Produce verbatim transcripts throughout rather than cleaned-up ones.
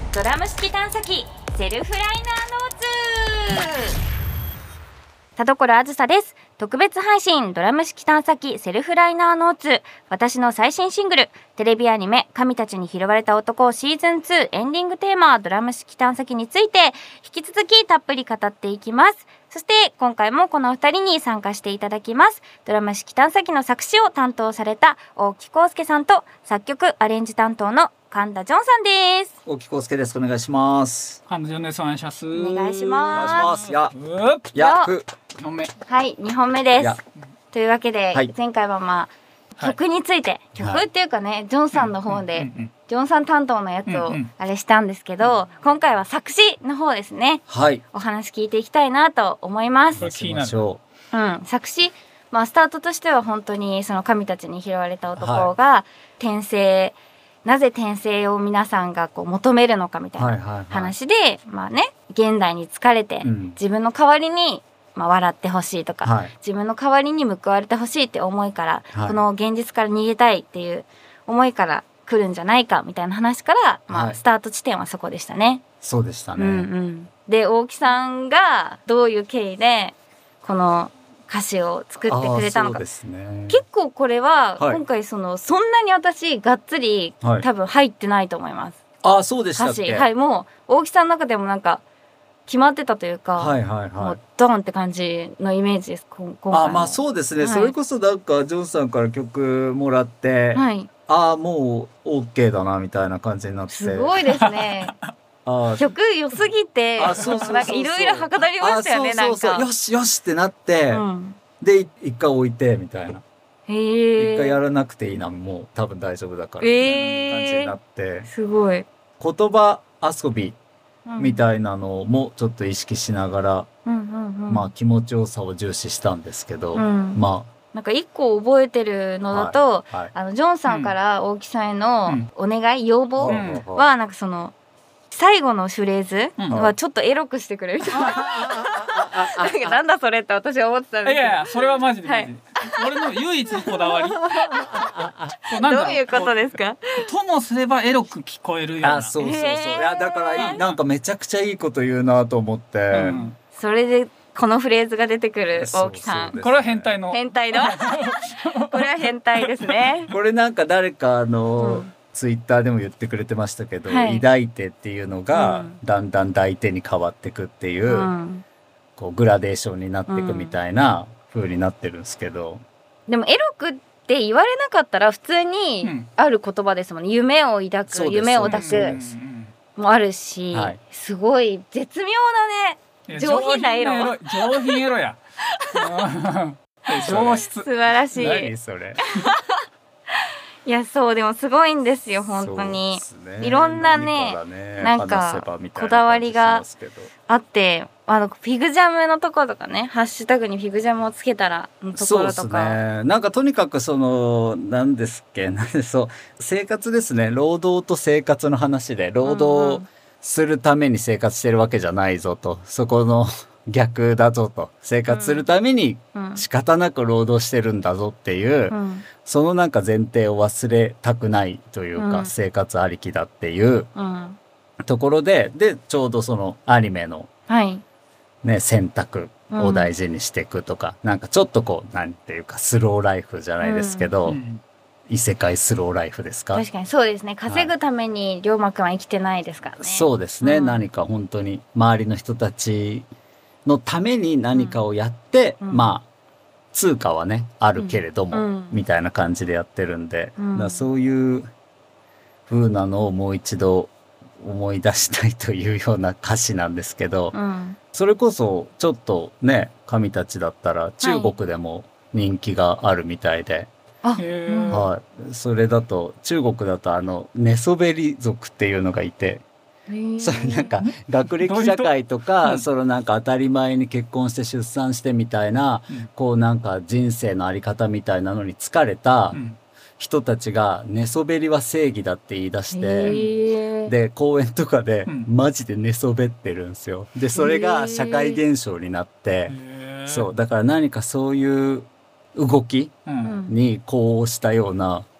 ドラム式探査機セルフライナーノーツ。田所あずさです。特別配信ドラム式探査機セルフライナーノーツ。私の最新シングルテレビアニメ神たちに拾われた男シーズンツーエンディングテーマドラム式探査機について引き続きたっぷり語っていきます。そして今回もこのふたりに参加していただきます。ドラム式探査機の作詞を担当された大木康介さんと作曲アレンジ担当の神田ジョンさんです。 大木康介です。お願いします。 神田ジョンです。お願いします。 お願いしおます。 願いします。や、 うっや、ふ、 にほんめ。 はい、にほんめでやす。というわけで、 はい前回はまあ、 はい曲について、曲っていうかね、ジョンさんの方で、 うんうんジョンさん担当のやつをうんうんあれしたんですけど、今回は作詞の方ですね。 はい。 お話聞いていきたいなと思いますこ。れ気になるしょうん、作詞、まあスタートとしては本当にその神たちに拾われた男が転生、なぜ転生を皆さんがこう求めるのかみたいなはいはいはい。 話で、まあね、現代に疲れて、 うん自分の代わりに、まあ、笑ってほしいとか、 はい。 自分の代わりに報われてほしいって思いから、 はいこの現実から逃げたいっていう思いから来るんじゃないかみたいな話から、まあはいスタート地点はそこでしたね。 そうでしたね。 うんうん、で大木さんがどういう経緯でこの歌詞を作ってくれたのか。 あーそうですね。 結構これははい今回そのそんなに私がっつりはい多分入ってないと思います。 あー、そうでした歌っけ。 詞はいもう大木さんの中でもなんか決まってたというか、 はいはいもうはい。 ドンって感じのイメージです。こん今回もあー、まあそうですね。 はいそれこそなんかジョンさんから曲もらって、 はい、 ああもう OK だなみたいな感じになって。 すごいですね。 あー曲良すぎて、 あそうそうそうそうなんかいろいろはかどりましたよね。 あーそうそうそうなんか。 よしよしってなって、 うん、 でい一回置いてみたいな。 へえ。 一回やらなくていいな、もう多分大丈夫だからえみーたいな感じになって、 すごい。 言葉遊びみいたいなのもちょっと意識しながら、 うんうんうん、 まあ気持ちよさを重視したんですけど、 うんまなんか一個覚えてるのだと、 あはいあのジョンさんから大木さんへのお願い、要望うんはなんかその最後のフレーズうんはちょっとエロくしてくれみたいな。なんかなんだそれって私は思ってたんですけど。 いやいや、それはマジではいマジで。俺の唯一のこだわり。こうなんだろどういうことですか？ ともすればエロく聞こえるような。 あそうそうそう、 へーいやだからいいなんかめちゃくちゃいいこと言うなと思って、 うんそれでこのフレーズが出てくる大木さん。 そうそうですこれは変態の。 変態のこれは変態ですね。 これなんか誰かあの、 うんツイッターでも言ってくれてましたけど、 はい抱いてっていうのが、 うんだんだん抱いてに変わってくっていう、 うんこうグラデーションになっていくみたいな風になってるんですけど、 でもエロくって言われなかったら普通にある言葉ですもんね。夢を抱く、 そうです夢を抱そうでくすもあるし、 はいすごい絶妙だね。 いや上品なエロ上品エロや。うん上質素。晴らしい。 何それいやそうでもすごいんですよ本当に。 そうですねいろんなね何からねなんか話せばみたいなこだわりが感じしますけどあってあのフィグジャムのところとかねハッシュタグにフィグジャムをつけたらのところそうですとか。 ね。なんかとにかくその何ですっけなんでそう生活ですね。労働と生活の話で労働するために生活してるわけじゃないぞと、そこの逆だぞと、生活するためにうん仕方なく労働してるんだぞっていう、 うんそのなんか前提を忘れたくないというか、 うん生活ありきだっていううんところででちょうどそのアニメのはいね、選択を大事にしていくとか、なんかちょっとこうなんていうかスローライフじゃないですけど、 うん異世界スローライフですか。 確かにそうですね。稼ぐために龍馬くんは生きてないですからね。 そうですね、 うん何か本当に周りの人たちのために何かをやって、 うんまあ通貨はねあるけれども、 うんみたいな感じでやってるんで、 うんだからそういう風なのをもう一度思い出したいというような歌詞なんですけど、 うんそれこそちょっとね神たちだったら中国でも人気があるみたいで、 あへーうんはい、それだと中国だとあの寝そべり族っていうのがいて、 へーそれなんか学歴社会とどうかいうそのなんか当たり前に結婚して出産してみたいな、 うんこうなんか人生のあり方みたいなのに疲れたうん人たちが寝そべりは正義だって言い出して、 へーで公園とかでうんマジで寝そべってるんですよ。でそれが社会現象になって、 へーそうだから何かそういう動きうんに呼応したような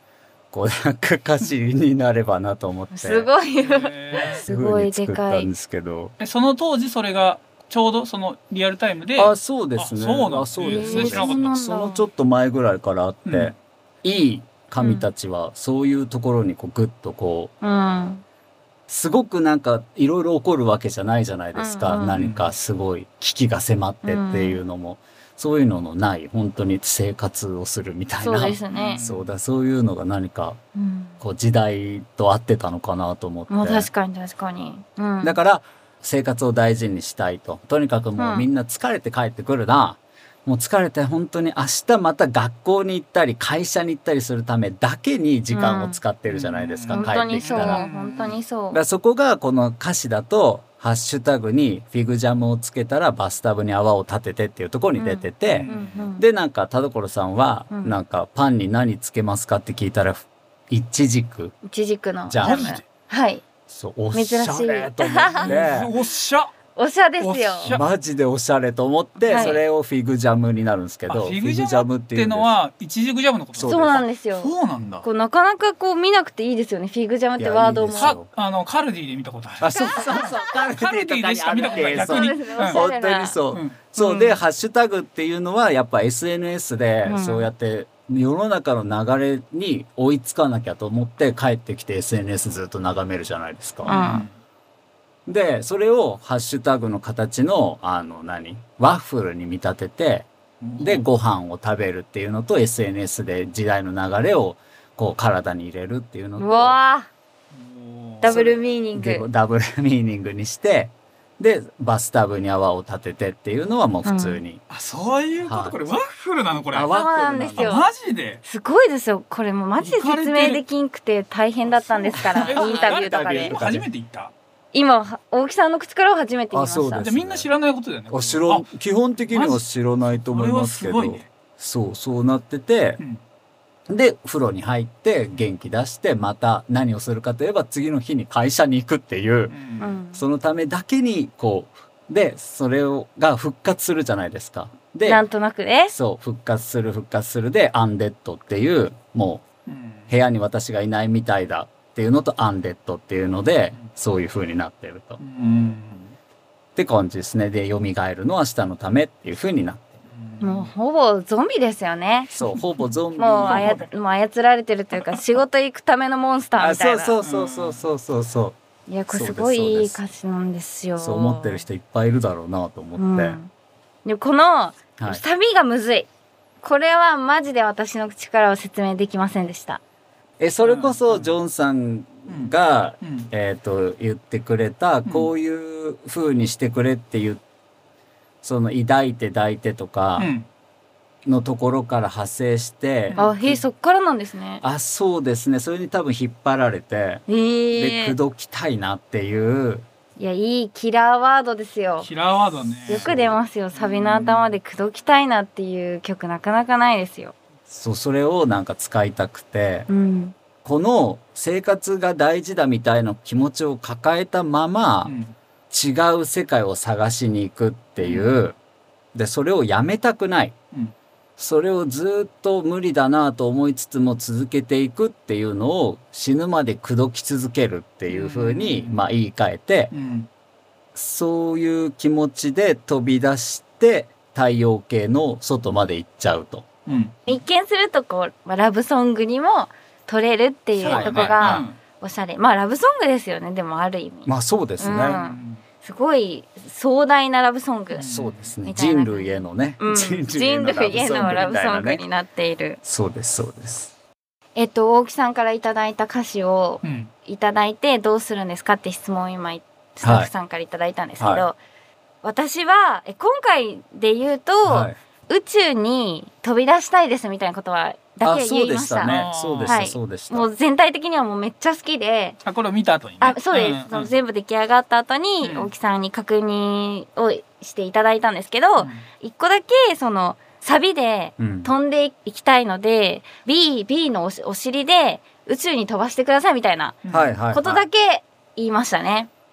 こうなんか歌詞になればなと思ってすごいへすごいで作っかいたんですけど。 えその当時それがちょうどそのリアルタイムで。 あ、そうですね。 あそうなんだあ、そうですえーね。 知らなかったそのちょっと前ぐらいからあって、 うんいい神たちはそういうところにこうグッとこう、 うんすごくなんかいろいろ起こるわけじゃないじゃないですか。 うんうん何かすごい危機が迫ってっていうのも、そういうののない本当に生活をするみたいそうな。 ですね、 そうだ、そういうのが何かうん、 こう時代と合ってたのかなと思って。 もう確かに確かに、うん、 だから生活を大事にしたいと。とにかくもうみんな疲れて帰ってくるな。もう疲れて本当に明日また学校に行ったり会社に行ったりするためだけに時間を使ってるじゃないですか、 うん帰って本当にそうきたら。 本当にそうだからそこがこの歌詞だとハッシュタグにフィグジャムをつけたらバスタブに泡を立ててっていうところに出てて、 うんうんうんでなんか田所さんはうんなんかパンに何つけますかって聞いたらイチジク。 いちじくのじゃあジャムはいそうおしゃれと思っておっしゃ。 おしゃですよおっしゃマジでおしゃれと思って、 はいそれをフィグジャムになるんですけあど、 フィグジャムっていうのんはイチジクジャムのことそそうなんですよそうなんだ。 こうなかなかこう見なくていいですよねフィグジャムってワードもいやいいですよかあのカルディで見たことある。 です。あ、そうそうそう。カルカルディでしか見たことないそう逆に。 そうですねうん本当にそう。 うんそう、 うんで、ハッシュタグっていうのはやっぱ エスエヌエス でうんそうやって世の中の流れに追いつかなきゃと思って帰ってきて エスエヌエス ずっと眺めるじゃないですか。 うんで、それをハッシュタグの形の、あの何、ワッフルに見立てて、で、ご飯を食べるっていうのと エスエヌエス で時代の流れをこう体に入れるっていうのうと、 わおーーダブルミーニングでダブルミーニングにしてでバスタブに泡を立ててっていうのはもう普通に、 あ、そういうこはいとこれワッフルなのこれ。あ、 あワッフルそうなんですよマジで。 すごいですよこれもうマジで説明できんくて大変だったんですからえインタビューとかでインタビューとか初めて言った。 今は大木さんの口からは初めて言いましたあそうですじゃあみんな知らないことだよね。 あ知らん基本的には知らないと思いますけどこれはすごいね。 そうそうなっててう、んで風呂に入って元気出してまた何をするかといえば次の日に会社に行くっていう、 うんうんそのためだけにこうでそれをが復活するじゃないですか。でなんとなくねそう復活する復活するでアンデッドっていうもううん部屋に私がいないみたいだっていうのとアンデッドっていうのでそういう風になってると。っうんて感じですね。で蘇るのは明日のためっていう風になってる。 もうほぼゾンビですよねそうほぼゾンビもうあやもう操られてるというか仕事行くためのモンスターあみたいなそうそうそうそうそうそうそいやこれそうですすごいいいそう歌詞なんですようそう思ってる人いっぱいいるだろうなと思って、 うんでこのはいサビがむずいこれはマジで私の口からは説明できませんでしたえそれこそジョンさんが、 うんえっ、と言ってくれた、こういう風にしてくれっていうその抱いて抱いてとかうんのところから派生して、 あへえそっからなんですねあそうですねそれに多分引っ張られて、 えでえ口説きたいなっていういやいいキラーワードですよキラーワードね。 よく出ますよサビの頭で口説きたいなっていう曲なかなかないですよそうそれをなんか使いたくて、 うんこの生活が大事だみたいな気持ちを抱えたまま、 うん違う世界を探しに行くっていう、でそれをやめたくない、 うんそれをずっと無理だなと思いつつも続けていくっていうのを死ぬまで口説き続けるっていう風に、 うんまあ言い換えて、 うんそういう気持ちで飛び出して太陽系の外まで行っちゃうと。 うん一見するとこう、まあ、ラブソングにも取れるっていうとこがおしゃれ、まあラブソングですよねでもある意味、 まあそうですね。 うんすごい壮大なラブソング、 そうですね。 みたいな人類へのね、 うん、人類へのラブソングになっているそうですそうです。 えっと大木さんからいただいた歌詞をうんいただいてどうするんですかって質問を今スタッフさんからいただいたんですけど、 は私はえ今回で言うと、 はい。 宇宙に飛び出したいですみたいなことはだけあそうで言いましたしたね。そうでした、 はいそうでした。 もう全体的にはもうめっちゃ好きで、 あこれを見た後にね。 あそうです、 んその全部出来上がった後に、 うん大木さんに確認をしていただいたんですけど、一個だけそのサビでうん飛んでいきたいので、B, B のおしお尻で宇宙に飛ばしてくださいみたいなうんはいはいはい。 ことだけ言いましたね。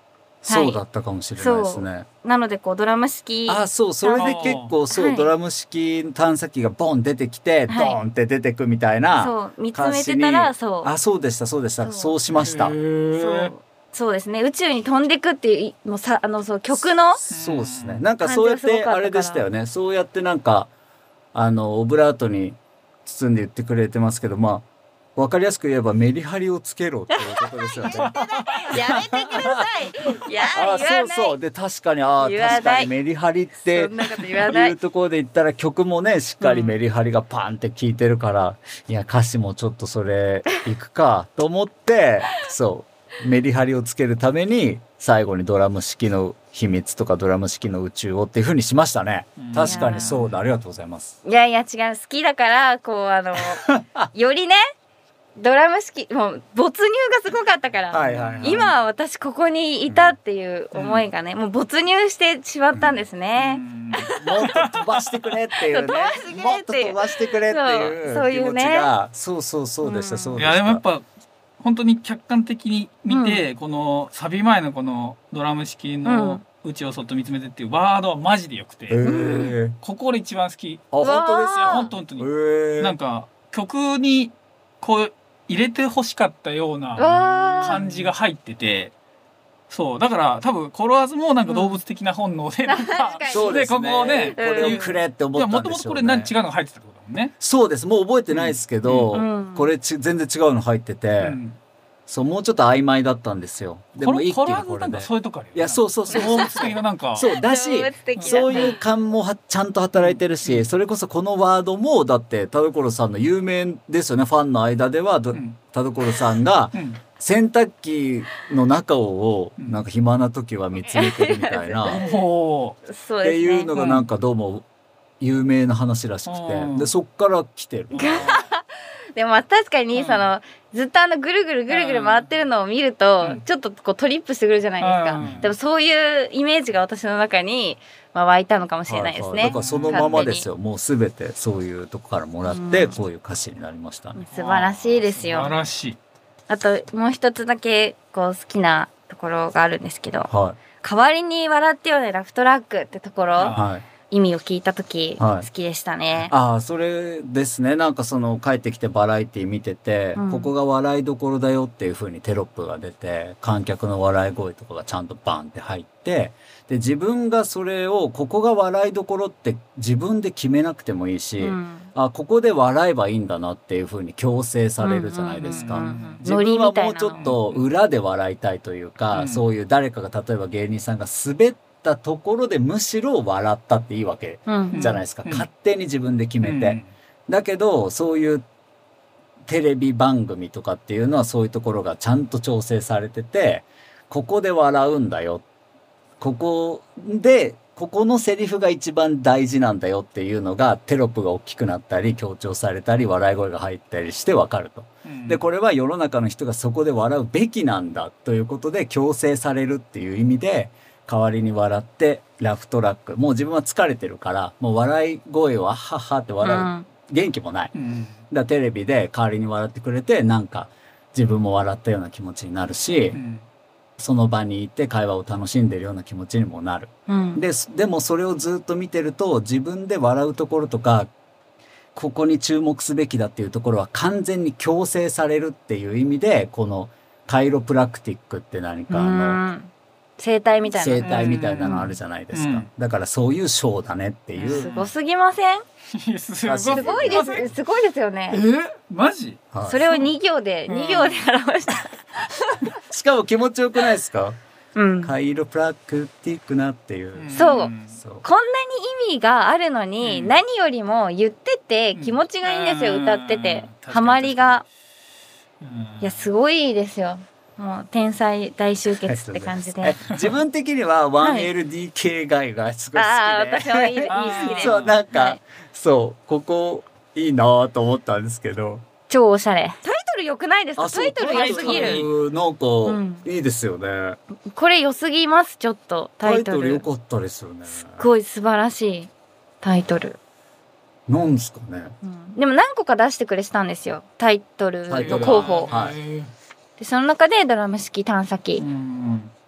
そうだったかもしれないですね。 なのでこうドラム式、 あ、そう、それで結構そう、 はいドラム式探査機がボン出てきて、 はいドーンって出てくみたいなそう見つ歌詞に。 めてたらそう、 あ、そうでした、そうでした。 そうそうしました。 そうそうですね、宇宙に飛んでくっていうもうさあのそう曲のそうですね。なんかそうやっ感じがすごかったからてあれでしたよね。そうやってなんかあのオブラートに包んで言ってくれてますけど、まあわかりやすく言えばメリハリをつけろっていうことですよね。 やめてください。いやあ、 言わない。 そうそう。で確かにあ言わない確かにメリハリってそんなこと言わないいうところで言ったら曲もねしっかりメリハリがパンって効いてるから、いや歌詞もちょっとそれいくかと思ってそうメリハリをつけるために最後にドラム式の秘密とかドラム式の宇宙をっていう風にしましたね。確かにそうだ。ありがとうございます。 いやいや違う、好きだからこうあのよりねドラム式もう没入がすごかったから、 はいはいはい、 今私ここにいたっていう思いがね、うん、もう没入してしまったんですね。 うん、もっと飛ばしてくれっていうね。もっと飛ばしてくれっていう気持ちが、そうそうそうでした、うん、そうでした。 いやでもやっぱ本当に客観的に見て、うん、このサビ前のこのドラム式の宇宙をそっと見つめてっていうワードはマジでよくて、うん、ここで一番好き。 あ、本当ですよ。 本当本当に。なんか曲にこう入れて欲しかったような感じが入ってて、そうだから多分コロワーズもなんか動物的な本能で、うん、なんかそうですね、 ここをね、 これをくれって思ったんでしょうね。 もともとこれ何違うのが入ってたってことだもんね。 そうです、もう覚えてないですけど、うん、これち全然違うの入ってて、うん、そうもうちょっと曖昧だったんですよ。でも一気にこれで、 そういうとこあるよね。 いやそうそうそう、 動物的ななんかそうだし、そういう感もはちゃんと働いてるし、それこそこのワードもだって田所さんの有名ですよね。ファンの間では、うん、田所さんが、うん、洗濯機の中をなんか暇な時は見つめてるみたいな、うん、っていうのがなんかどうも有名な話らしくて、うん、でそっから来てる。 でも確かにその、うん、ずっとあのぐるぐるぐるぐる回ってるのを見ると、うん、ちょっとこうトリップしてくるじゃないですか、うん、でもそういうイメージが私の中に、まあ、湧いたのかもしれないですね、はいはい、 だからそのままですよ。もうすべてそういうとこからもらってこういう歌詞になりましたね、うん、 素晴らしいですよ。 素晴らしい。 あともう一つだけこう好きなところがあるんですけど、 はい、 代わりに笑ってよねラフトラックってところ、 はい、 意味を聞いた時、はい、好きでしたね。 ああ、それですね。なんかその帰ってきてバラエティ見てて、うん、ここが笑いどころだよっていう風にテロップが出て、観客の笑い声とかがちゃんとバンって入って、で自分がそれをここが笑いどころって自分で決めなくてもいいし、うん、あここで笑えばいいんだなっていう風に強制されるじゃないですか。自分はもうちょっと裏で笑いたいというか、うん、そういう誰かが例えば芸人さんが滑ってたところでむしろ笑ったっていいわけじゃないですか、うん、勝手に自分で決めて、うん、だけどそういうテレビ番組とかっていうのはそういうところがちゃんと調整されてて、ここで笑うんだよ、ここでここのセリフが一番大事なんだよっていうのがテロップが大きくなったり強調されたり笑い声が入ったりして分かると、うん、でこれは世の中の人がそこで笑うべきなんだということで強制されるっていう意味で、代わりに笑ってラフトラック、もう自分は疲れてるからもう笑い声をあははって笑う、うん、元気もない、うん、だからテレビで代わりに笑ってくれてなんか自分も笑ったような気持ちになるし、うん、その場にいて会話を楽しんでるような気持ちにもなる、うん、で, でもそれをずっと見てると自分で笑うところとかここに注目すべきだっていうところは完全に強制されるっていう意味で、このカイロプラクティックって何かあの、うん生態みたいな生態みたいなのあるじゃないですか、うん、だからそういうショーだねっていう。 すごすぎません？ すごいですすごいですよね。 えマジ？ はい、それをに行でに行で表した、 うん、しかも気持ちよくないですか？ うん、 カイロプラクティックなっていう、 うん、そうそうこんなに意味があるのに、うん、何よりも言ってて気持ちがいいんですよ、うん、歌っててハマりが、うん、いやすごいですよ。もう天才大集結って感じで自分的には ワンエルディーケー 街がすごい好きで、 あ私はいい好きですそうなんか、はい、そうここいいなと思ったんですけど、 超おしゃれ。タイトル良くないですか？タイトル良すぎる。 なんかいいですよね、うん、これ良すぎます。ちょっとタイトルタイトル良かったですよね。 すごい素晴らしいタイトルなんですかね、 うん、でも何個か出してくれてたんですよタイトルの候補、はい、でその中でドラム式探査機、うん、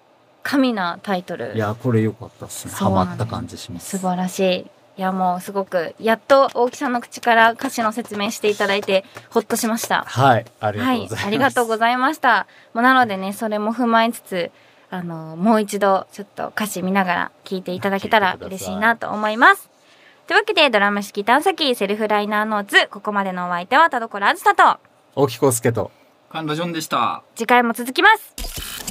神なタイトル。 いやこれ良かったですね。ハマった感じします。 素晴らしい。いやもうすごくやっと大木さんの口から歌詞の説明していただいてほっとしました。 はい、ありがとうございます。 はい、ありがとうございました。もうなのでね、それも踏まえつつ、あのもう一度ちょっと歌詞見ながら聞いていただけたら嬉しいなと思います。というわけでドラム式探査機セルフライナーノーツ、ここまでのお相手は田所あずさと大木康介と神田ジョンでした。 次回も続きます。